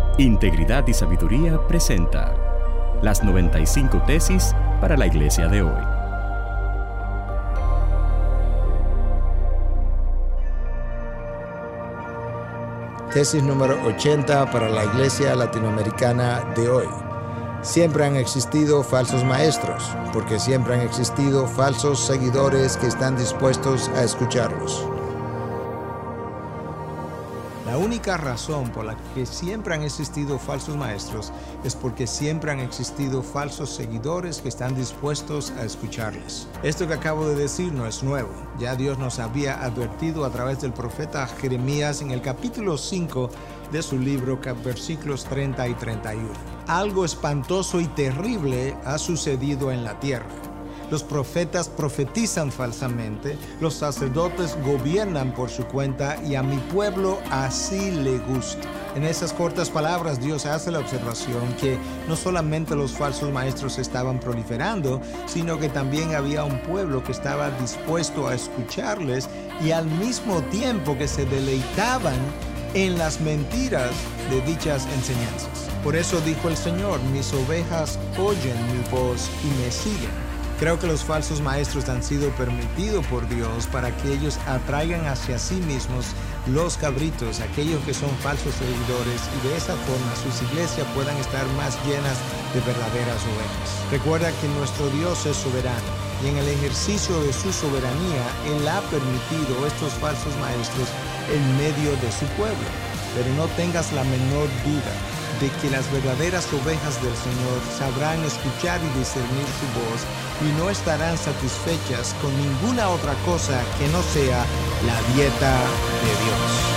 Integridad y Sabiduría presenta las 95 tesis para la iglesia de hoy. Tesis número 80 para la iglesia latinoamericana de hoy. Siempre han existido falsos maestros, porque siempre han existido falsos seguidores que están dispuestos a escucharlos. La única razón por la que siempre han existido falsos maestros es porque siempre han existido falsos seguidores que están dispuestos a escucharles. Esto que acabo de decir no es nuevo. Ya Dios nos había advertido a través del profeta Jeremías en el capítulo 5 de su libro, versículos 30 y 31. Algo espantoso y terrible ha sucedido en la tierra. Los profetas profetizan falsamente, los sacerdotes gobiernan por su cuenta y a mi pueblo así le gusta. En esas cortas palabras Dios hace la observación que no solamente los falsos maestros estaban proliferando, sino que también había un pueblo que estaba dispuesto a escucharles y al mismo tiempo que se deleitaban en las mentiras de dichas enseñanzas. Por eso dijo el Señor: mis ovejas oyen mi voz y me siguen. Creo que los falsos maestros han sido permitidos por Dios para que ellos atraigan hacia sí mismos los cabritos, aquellos que son falsos seguidores, y de esa forma sus iglesias puedan estar más llenas de verdaderas ovejas. Recuerda que nuestro Dios es soberano y en el ejercicio de su soberanía Él ha permitido estos falsos maestros en medio de su pueblo. Pero no tengas la menor duda de que las verdaderas ovejas del Señor sabrán escuchar y discernir su voz y no estarán satisfechas con ninguna otra cosa que no sea la dieta de Dios.